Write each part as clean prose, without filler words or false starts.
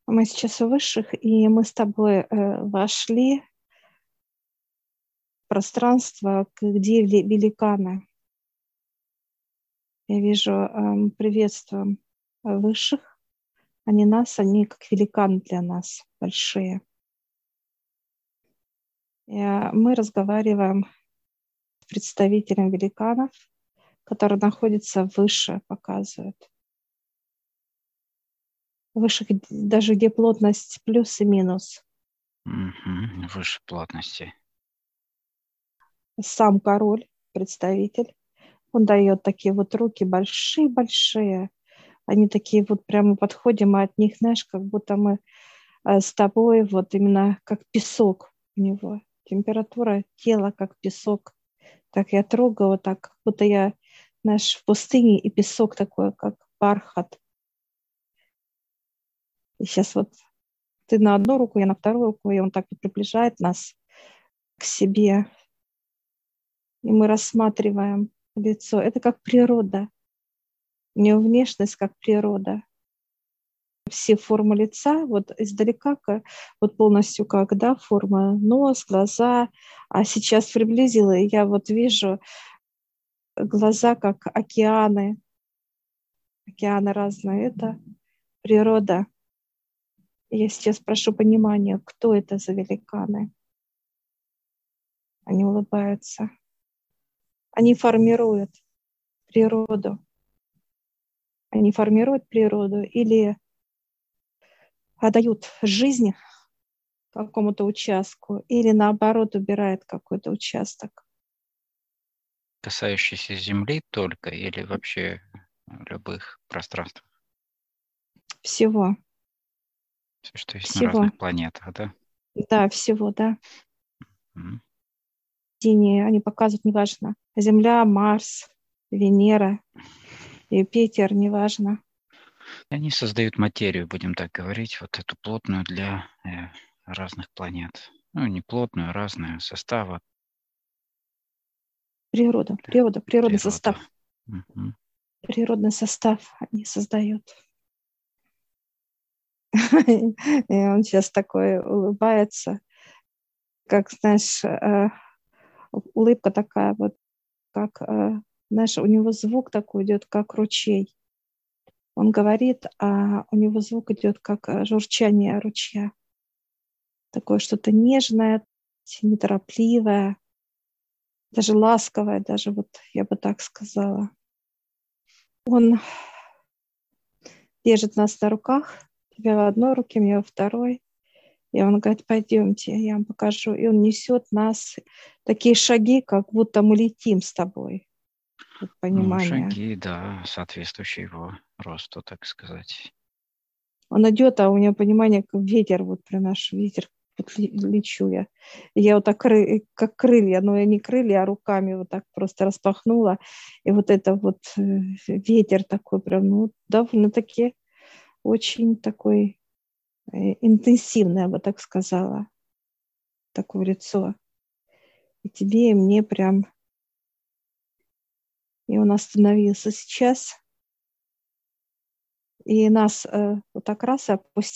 Мы сейчас у высших, и мы с тобой вошли в пространство, где великаны. Я вижу, приветствуем высших. Они нас, они как великаны для нас, большие. И мы разговариваем с представителем великанов, который находится выше, показывает. Выше, даже где плотность плюс и минус. Выше плотности. Сам король, представитель, он дает такие вот руки большие-большие. Они такие вот прямо подходим, и от них, знаешь, как будто мы с тобой вот именно как песок у него. Температура тела как песок. Так я трогаю, вот так, как будто я, знаешь, в пустыне, и песок такой, как бархат. И сейчас вот ты на одну руку, я на вторую руку, и он так вот приближает нас к себе. И мы рассматриваем лицо. Это как природа. У него внешность как природа. Все формы лица, вот издалека, вот полностью как, да, форма нос, глаза. А сейчас приблизила, и я вот вижу глаза как океаны. Океаны разные. Это природа. Я сейчас прошу понимания, кто это за великаны. Они улыбаются. Они формируют природу. Они формируют природу или отдают жизнь какому-то участку, или наоборот убирает какой-то участок. Касающийся Земли только или вообще любых пространств? Всего. Все, что есть на Всего. разных планетах, да? Да, всего, да. Мгм. Они показывают, неважно, Земля, Марс, Венера, Юпитер, неважно. Они создают материю, будем так говорить, вот эту плотную для разных планет. Ну, не плотную, разную состава. Природный Природа. состав. Мгм. Природный состав они создают. И он сейчас такой улыбается, как, знаешь, улыбка такая вот, как, знаешь, у него звук такой идет, как ручей. Он говорит, а у него звук идет, как журчание ручья. Такое что-то нежное, неторопливое, даже ласковое, даже вот я бы так сказала. Он держит нас на руках, тебя в одной руке, меня во второй. И он говорит, пойдемте, я вам покажу. И он несет нас, такие шаги, как будто мы летим с тобой. Вот Ну, понимание. шаги, да, соответствующие его росту, так сказать. Он идет, а у него понимание, как ветер, вот приношу ветер, вот лечу я. И я вот так, как крылья, но я не крылья, а руками вот так просто распахнула. И вот это вот ветер такой прям, ну, довольно-таки очень такой интенсивный, я бы так сказала, такое лицо. И тебе, и мне прям... И он остановился сейчас, и нас вот так раз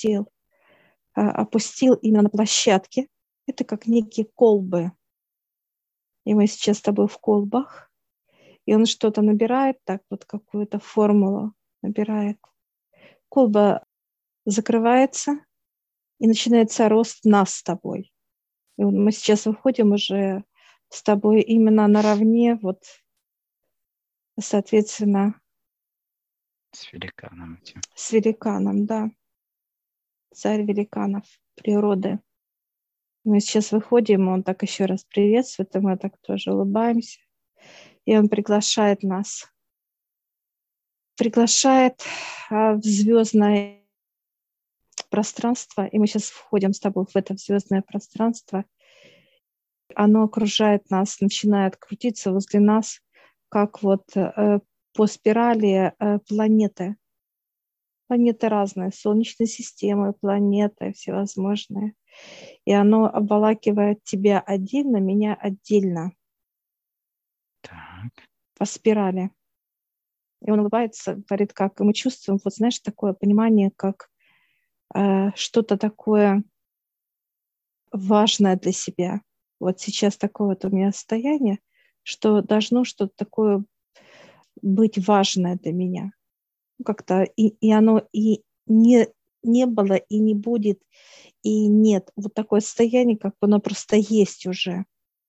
опустил именно на площадке. Это как некие колбы. И мы сейчас с тобой в колбах. И он что-то набирает, так вот какую-то формулу набирает. Колба закрывается, и начинается рост нас с тобой. И вот мы сейчас выходим уже с тобой именно наравне, вот, соответственно, С великаном этим. с великаном, да. Царь великанов природы. Мы сейчас выходим, он так еще раз приветствует, и мы так тоже улыбаемся. И он приглашает нас. Приглашает в звездное пространство, и мы сейчас входим с тобой в это звездное пространство. Оно окружает нас, начинает крутиться возле нас, как вот по спирали планеты. Планеты разные, солнечные системы, планеты всевозможные. И оно обволакивает тебя отдельно, меня отдельно Так. по спирали. И он улыбается, говорит, как и мы чувствуем, вот знаешь, такое понимание, как что-то такое важное для себя. Вот сейчас такое вот у меня состояние, что должно что-то такое быть важное для меня. Как-то и оно и не было, и не будет, и нет. Вот такое состояние, как бы оно просто есть уже.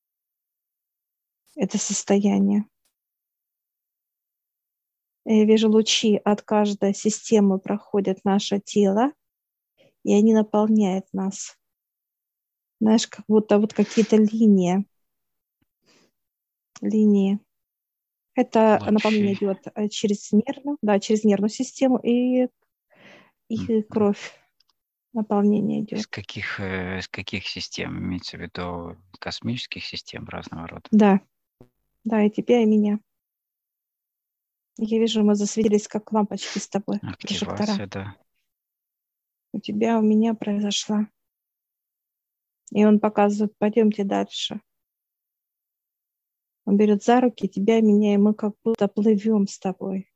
Это состояние. Я вижу, лучи от каждой системы проходят наше тело, и они наполняют нас. Знаешь, как будто вот какие-то линии. Это наполнение Лучи. идет через нервную систему и кровь. Наполнение идет. Из каких систем? Имеется в виду космических систем разного рода? Да, и тебя, и меня. Я вижу, мы засветились, как лампочки с тобой, прожектора. Активация, да. У тебя, у меня произошла. И он показывает, пойдемте дальше. Он берет за руки тебя и меня, и мы как будто плывем с тобой.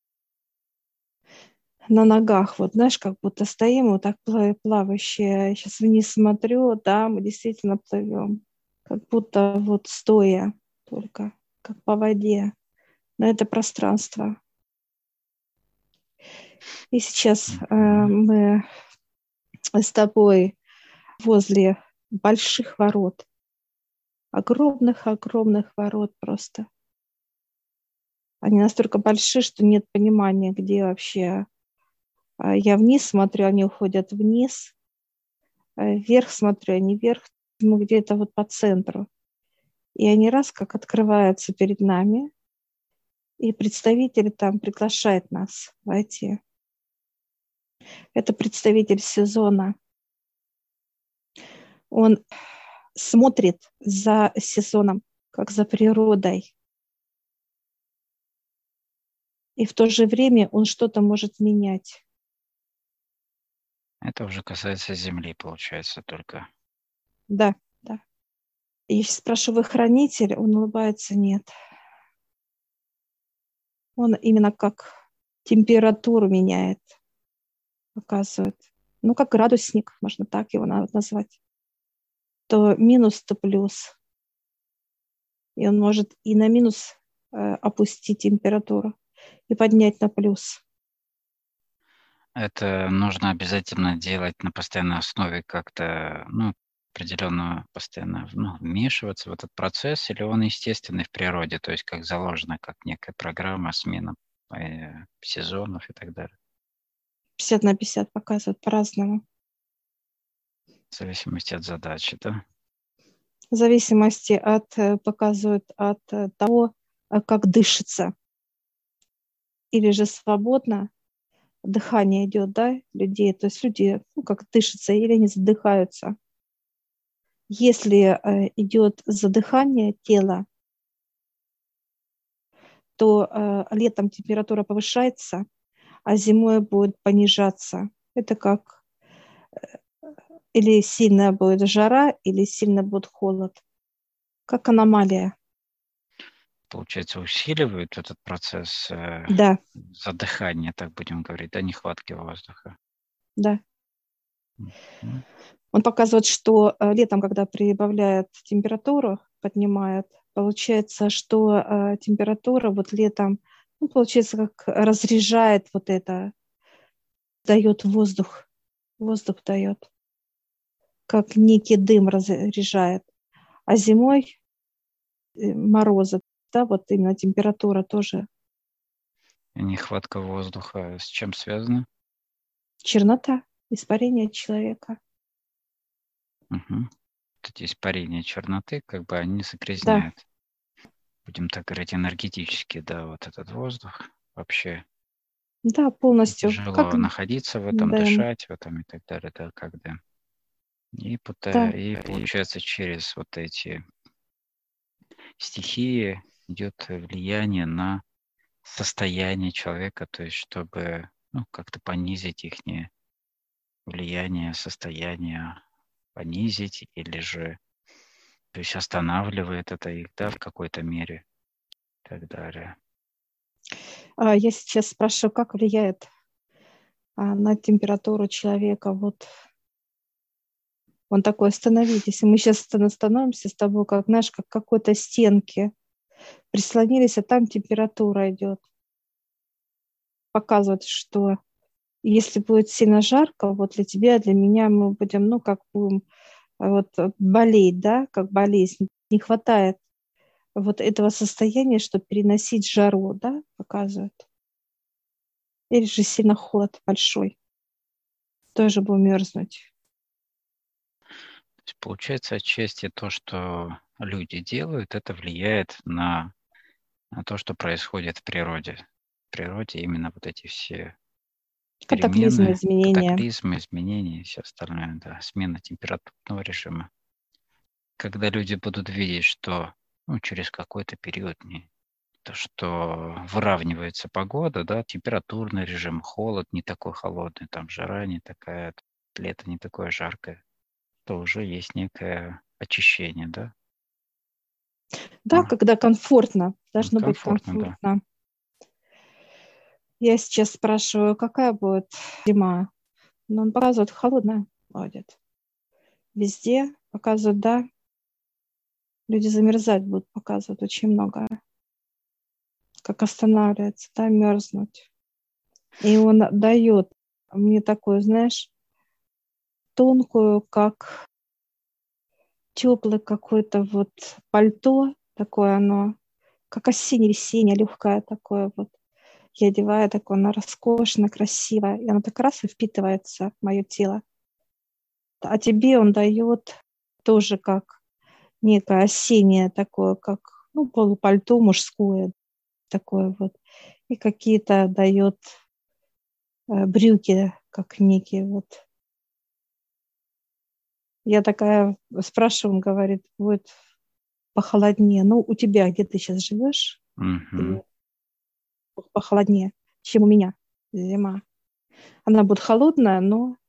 На ногах, вот знаешь, как будто стоим вот так плавающие. Я сейчас вниз смотрю, да, мы действительно плывем. Как будто вот стоя только, как по воде. Но это пространство. И сейчас мы с тобой возле больших ворот. Огромных ворот просто. Они настолько большие, что нет понимания, где вообще. Я вниз смотрю, они уходят вниз. Вверх смотрю, они вверх. Мы где-то вот по центру. И они раз как открываются перед нами. И представитель там приглашает нас войти. Это представитель сезона. Он смотрит за сезоном, как за природой. И в то же время он что-то может менять. Это уже касается Земли, получается, только. Да. И я спрашиваю, вы хранитель? Он улыбается, нет. Он именно как температуру меняет, показывает. Ну, как градусник, можно так его назвать. То минус, то плюс. И он может и на минус опустить температуру, и поднять на плюс. Это нужно обязательно делать на постоянной основе как-то, определенно постоянно вмешиваться в этот процесс, или он естественный в природе, то есть как заложено, как некая программа, смена сезонов и так далее, 50/50 показывает по-разному. в зависимости от задачи, да? В зависимости показывает от того, как дышится. Или же свободно дыхание идет, да, людей. То есть люди, как дышится, или они задыхаются. Если идет задыхание тела, то летом температура повышается, а зимой будет понижаться. Это как или сильная будет жара, или сильно будет холод. Как аномалия. Получается, усиливает этот процесс Да. задыхания, так будем говорить, да, нехватки воздуха. Мгм. Он показывает, что летом, когда прибавляет температуру, поднимает, получается, что температура вот летом, получается, как разряжает вот это, дает воздух дает, как некий дым разряжает. А зимой морозы, да, вот именно температура тоже. Нехватка воздуха с чем связана? Чернота, испарение человека. Угу. Эти испарения черноты, как бы они Да, загрязняют, будем так говорить, энергетически, да, вот этот воздух. Вообще да, полностью. Как, тяжело находиться в этом, да, дышать в этом и так далее, да, когда. да, И получается, через вот эти стихии идет влияние на состояние человека, то есть чтобы как-то понизить их влияние, состояние, понизить или же, то есть останавливает это их, да, в какой-то мере и так далее. Я сейчас спрашиваю, как влияет на температуру человека. Вот он такой: остановитесь. И мы сейчас становимся с тобой, как, знаешь, как какой-то стенки. Прислонились, а там температура идет. Показывает, что если будет сильно жарко, вот для тебя, для меня, мы будем, ну, как будем вот болеть, да, как болезнь. Не хватает вот этого состояния, чтобы переносить жару, да, показывает. Или же сильно холод большой, тоже будем мерзнуть. То есть получается, отчасти то, что люди делают, это влияет на то, что происходит в природе. В природе именно вот эти все Катаклизмы, перемены, изменения. катаклизмы, изменения и все остальное, да, смена температурного режима. Когда люди будут видеть, что через какой-то период то, что выравнивается погода, да, температурный режим, холод не такой холодный, там жара не такая, лето не такое жаркое, то уже есть некое очищение, да? Да, когда комфортно, должно быть Комфортно, да. комфортно. Я сейчас спрашиваю, какая будет зима. Но он показывает, холодная будет. Везде показывают, да, люди замерзать будут, показывают очень много. Как останавливается, да, мерзнуть. И он дает мне такую, знаешь, тонкую, как теплое какое-то вот пальто, такое оно, как осенне-весеннее, легкое такое вот. Я одеваю такое, оно роскошно, красиво, и оно так раз и впитывается в мое тело. А тебе он дает тоже как некое осеннее такое, как, ну, полупальто мужское такое вот. И какие-то дает брюки, как некие вот. Я такая спрашиваю, он говорит, будет похолоднее. Ну, у тебя, где ты сейчас живешь, Мгм. похолоднее, чем у меня зима. Она будет холодная, но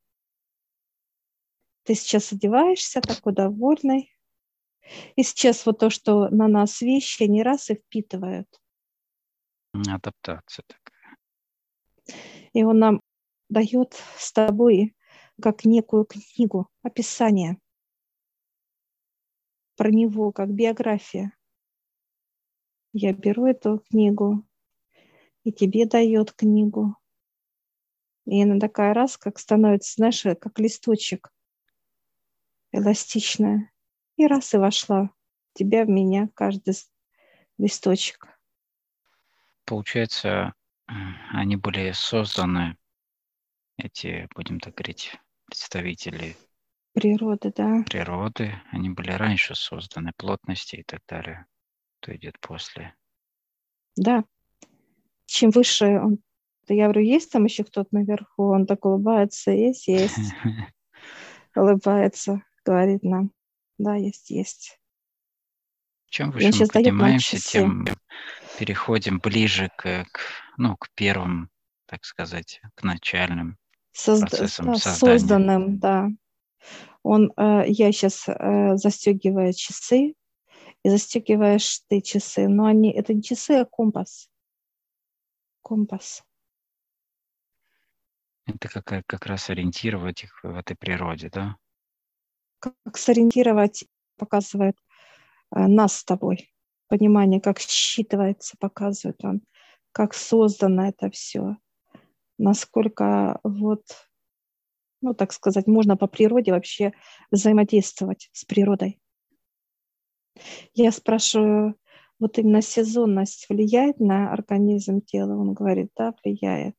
ты сейчас одеваешься такой довольный. И сейчас вот то, что на нас вещи, не раз и впитывают. Адаптация такая. И он нам дает с тобой как некую книгу, описание про него, как биография. Я беру эту книгу, и тебе дает книгу. И она такая раз, как становится, знаешь, как листочек эластичная. И раз и вошла в тебя, в меня, каждый листочек. Получается, они были созданы, эти, будем так говорить, представители Природа, да. природы, они были раньше созданы, плотности и так далее, то идет после. Да. Чем выше он, то я говорю, есть там еще кто-то наверху? Он так улыбается, есть. Улыбается, говорит нам, да, есть. Чем И он выше мы сейчас дает нам поднимаемся, часы. тем переходим ближе к первым, так сказать, к начальным процессам Да, создания. созданным, да. Я сейчас застегиваю часы, и застегиваешь ты часы, но это не часы, а компас. Компас. Это как раз ориентировать их в этой природе, да? Как сориентировать, показывает нас с тобой. Понимание, как считывается, показывает он, как создано это все. Насколько вот, ну, так сказать, можно по природе вообще взаимодействовать с природой. Я спрашиваю, вот именно сезонность влияет на организм тела? Он говорит, да, влияет.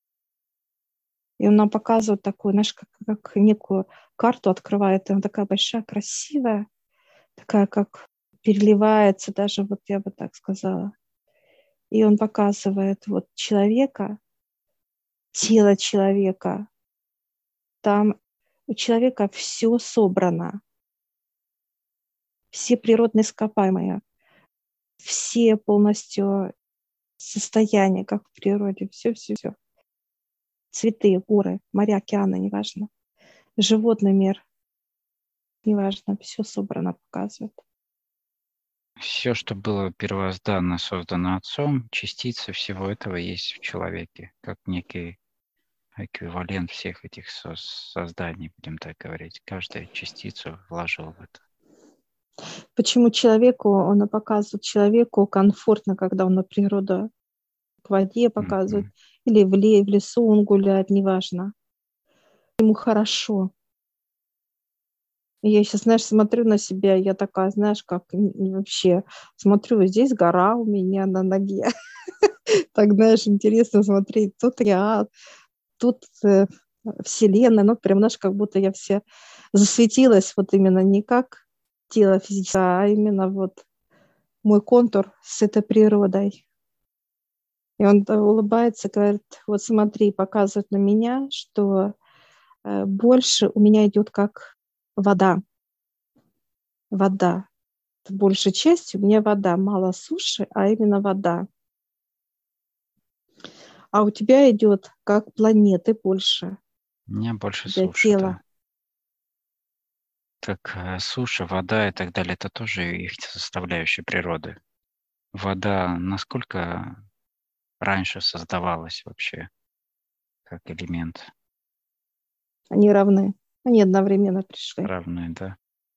И он нам показывает такую, знаешь, как некую карту открывает. И она такая большая, красивая, такая, как переливается даже, вот я бы так сказала. И он показывает вот человека, тело человека. Там у человека все собрано, все природные ископаемые, все полностью состояния, как в природе, все. Цветы, горы, моря, океаны, неважно. Животный мир, неважно, все собрано, показывает. Все, что было первозданно создано Отцом, частица всего этого есть в человеке, как некий эквивалент всех этих созданий, будем так говорить. Каждую частицу вложил в это. Почему человеку, он показывает человеку комфортно, когда он на природу к воде показывает, или в лесу он гуляет, неважно. Ему хорошо. Я сейчас, знаешь, смотрю на себя, я такая, знаешь, как вообще смотрю, здесь гора у меня на ноге. Так, знаешь, интересно смотреть. Тут я, тут Вселенная, ну, прям, знаешь, как будто я вся засветилась, вот именно не как тело физическое, а именно вот мой контур с этой природой. И он улыбается, говорит, вот смотри, показывает на меня, что больше у меня идет как вода. Вода. Большей частью у меня вода. Мало суши, а именно вода. А у тебя идет как планеты больше. У меня больше Для суши, тела. да. Как суша, вода и так далее, это тоже их составляющая природы. Вода насколько раньше создавалась вообще как элемент? Они равны. Они одновременно пришли. Равные, да?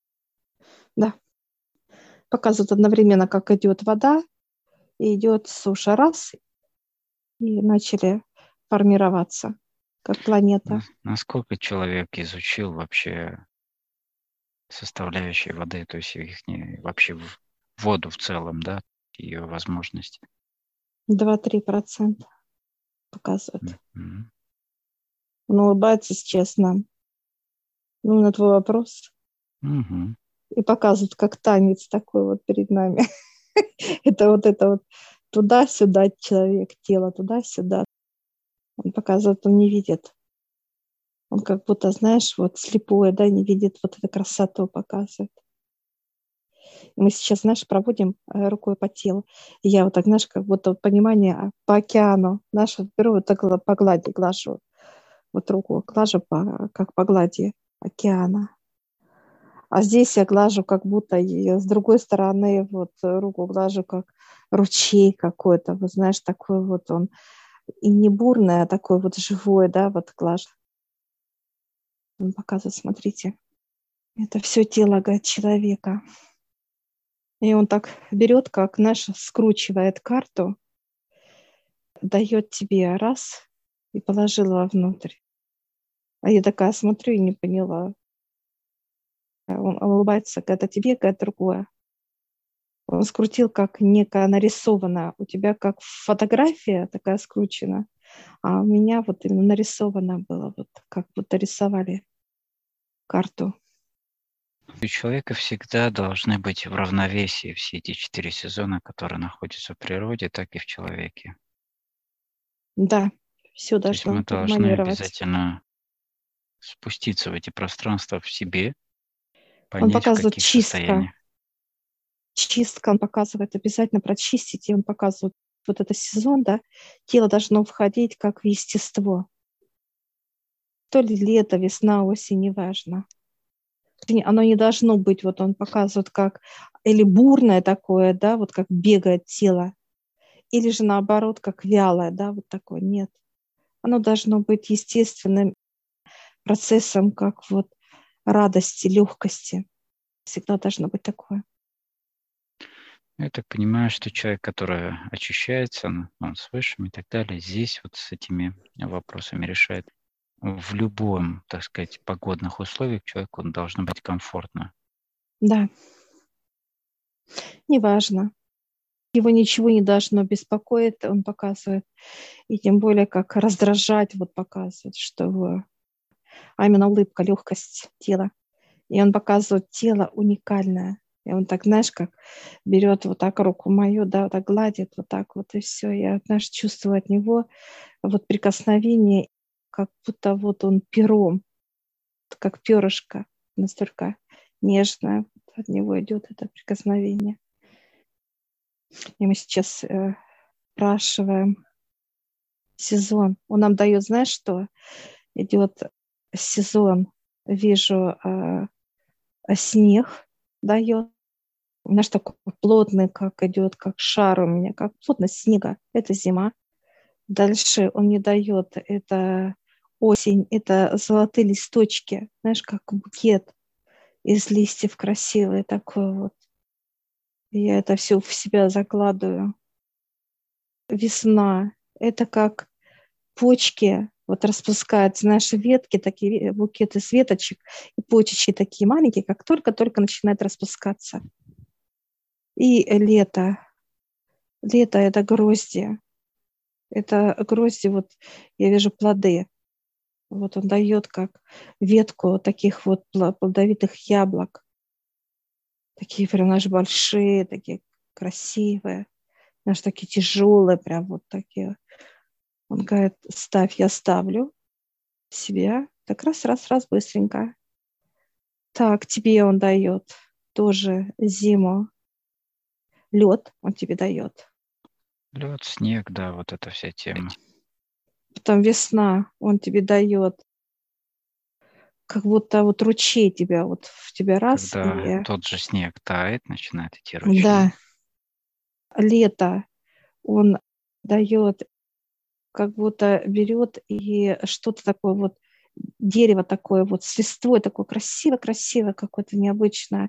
Да. Показывают одновременно, как идет вода, и идет суша. Раз, и начали формироваться как планета. Насколько человек изучил вообще составляющие воды, то есть их вообще воду в целом, да, ее возможности? 2-3% показывает. Mm-hmm. Он улыбается честно. Ну, на твой вопрос. Mm-hmm. И показывает, как танец такой вот перед нами. Это вот туда-сюда человек, тело туда-сюда. Он показывает, он не видит. Он как будто, знаешь, вот слепой, да, не видит вот эту красоту, показывает. И мы сейчас, знаешь, проводим рукой по телу. И я вот так, знаешь, как будто понимание по океану. Знаешь, вот беру вот так по глади, глажу. Вот руку глажу как по глади океана. А здесь я глажу как будто и с другой стороны вот руку глажу как ручей какой-то. Вот знаешь, такой вот он. И не бурный, а такой вот живой, да, вот глажу. Он показывает, смотрите. Это все тело, говорит, человека. И он так берет, как наш скручивает карту, дает тебе раз и положила внутрь. А я такая смотрю и не поняла. Он улыбается, когда тебе, когда другое. Он скрутил, как некая нарисованная. У тебя как фотография такая скручена, а у меня вот именно нарисовано было, вот как будто рисовали карту. У человека всегда должны быть в равновесии все эти 4 сезона, которые находятся в природе, так и в человеке. Да, все То есть мы должно должны гармонировать. обязательно спуститься в эти пространства в себе, Он понять, в показывает каких чистка. состояниях. Чистка, он показывает обязательно прочистить, и он показывает вот этот сезон, да, тело должно входить как в естество. То ли лето, весна, осень, неважно. Оно не должно быть, вот он показывает, как или бурное такое, да, вот как бегает тело, или же наоборот, как вялое, да, вот такое. Нет. Оно должно быть естественным процессом, как вот радости, легкости. Всегда должно быть такое. Я так понимаю, что человек, который очищается, он с высшим и так далее, здесь вот с этими вопросами решает. В любом, так сказать, погодных условиях человеку должно быть комфортно. Да. Неважно. Его ничего не должно беспокоить, он показывает. И тем более, как раздражать, вот показывает, что а именно улыбка, легкость тела. И он показывает тело уникальное. И он так, знаешь, как берет вот так руку мою, да, вот так гладит, вот так вот, и все. Я, знаешь, чувствую от него вот прикосновение, как будто вот он пером, как перышко, настолько нежное от него идет это прикосновение. И мы сейчас спрашиваем сезон. Он нам дает, знаешь, что идет сезон, вижу снег дает. Знаешь, такой плотный, как идет, как шар у меня, как плотность снега. Это зима. Дальше он мне дает это Осень – это золотые листочки, знаешь, как букет из листьев красивый такой вот. И я это все в себя закладываю. Весна – это как почки, вот распускаются, знаешь, ветки, такие букеты с веточек, и почечки такие маленькие, как только-только начинают распускаться. И лето. Лето – это грозди. Это грозди, вот я вижу плоды. Вот он дает как ветку таких вот плодовитых яблок. Такие прям, знаешь, большие, такие красивые, знаешь, такие тяжелые, прям вот такие. Он говорит, ставь, я ставлю себя. Так раз, быстренько. Так, тебе он дает тоже зиму. Лед он тебе дает. Лед, снег, да, вот эта вся тема. Потом весна он тебе дает, как будто вот ручей тебя, вот в тебя раз. Когда И тот же снег тает, начинает идти да, ручей. лето он дает, как будто берет и что-то такое вот, дерево такое вот с листвой, такое красиво-красиво, какое-то необычное.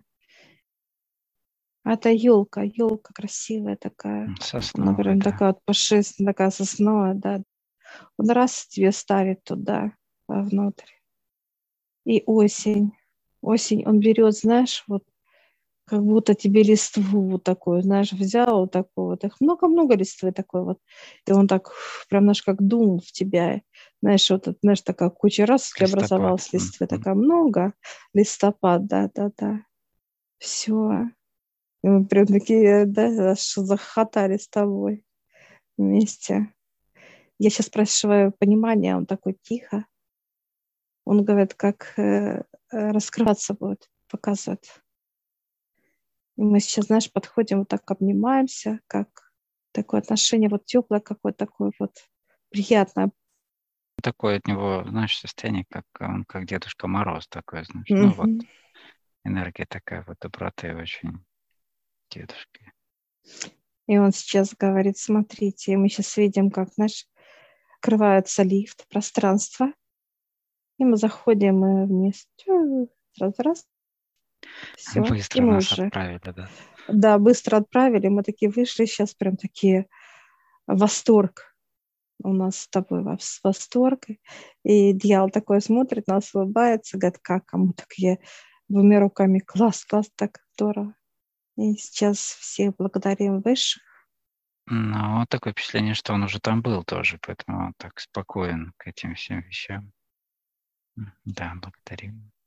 А это елка красивая такая. Она Сосновый, прям да. такая вот пушистая, такая сосновая, да. Он раз тебе ставит туда, вовнутрь. И осень. Осень он берет, знаешь, вот как будто тебе листву вот такую, знаешь, взял вот такую вот. Их много-много листвы такой вот. И он так прям, знаешь, как дунул в тебя. Знаешь, вот, знаешь, такая куча раз у тебя Листопад. образовалась листвы, такая много. Листопад, да. Все. И мы прям такие, да, аж захохотали с тобой вместе. Я сейчас спрашиваю понимание, он такой тихо. Он говорит, как раскрываться будет, показывать. И мы сейчас, знаешь, подходим, вот так обнимаемся, как такое отношение вот теплое, какое-то такое вот приятное. Такое от него, знаешь, состояние, как он, как Дедушка Мороз такой, знаешь. Ну вот, Мгм. энергия такая вот доброты очень дедушки. И он сейчас говорит, смотрите, и мы сейчас видим, как, знаешь, открывается лифт, пространство, и мы заходим вниз. Раз, все, и Быстро мы нас уже, отправили, да. да, быстро отправили, мы такие вышли, сейчас прям такие восторг у нас с тобой восторг. И дьявол такой смотрит, нас улыбается, говорит, как? А мы такие двумя руками, класс, так здорово. И сейчас всех благодарим высших. Но такое впечатление, что он уже там был тоже, поэтому он так спокоен к этим всем вещам. Да, благодарим.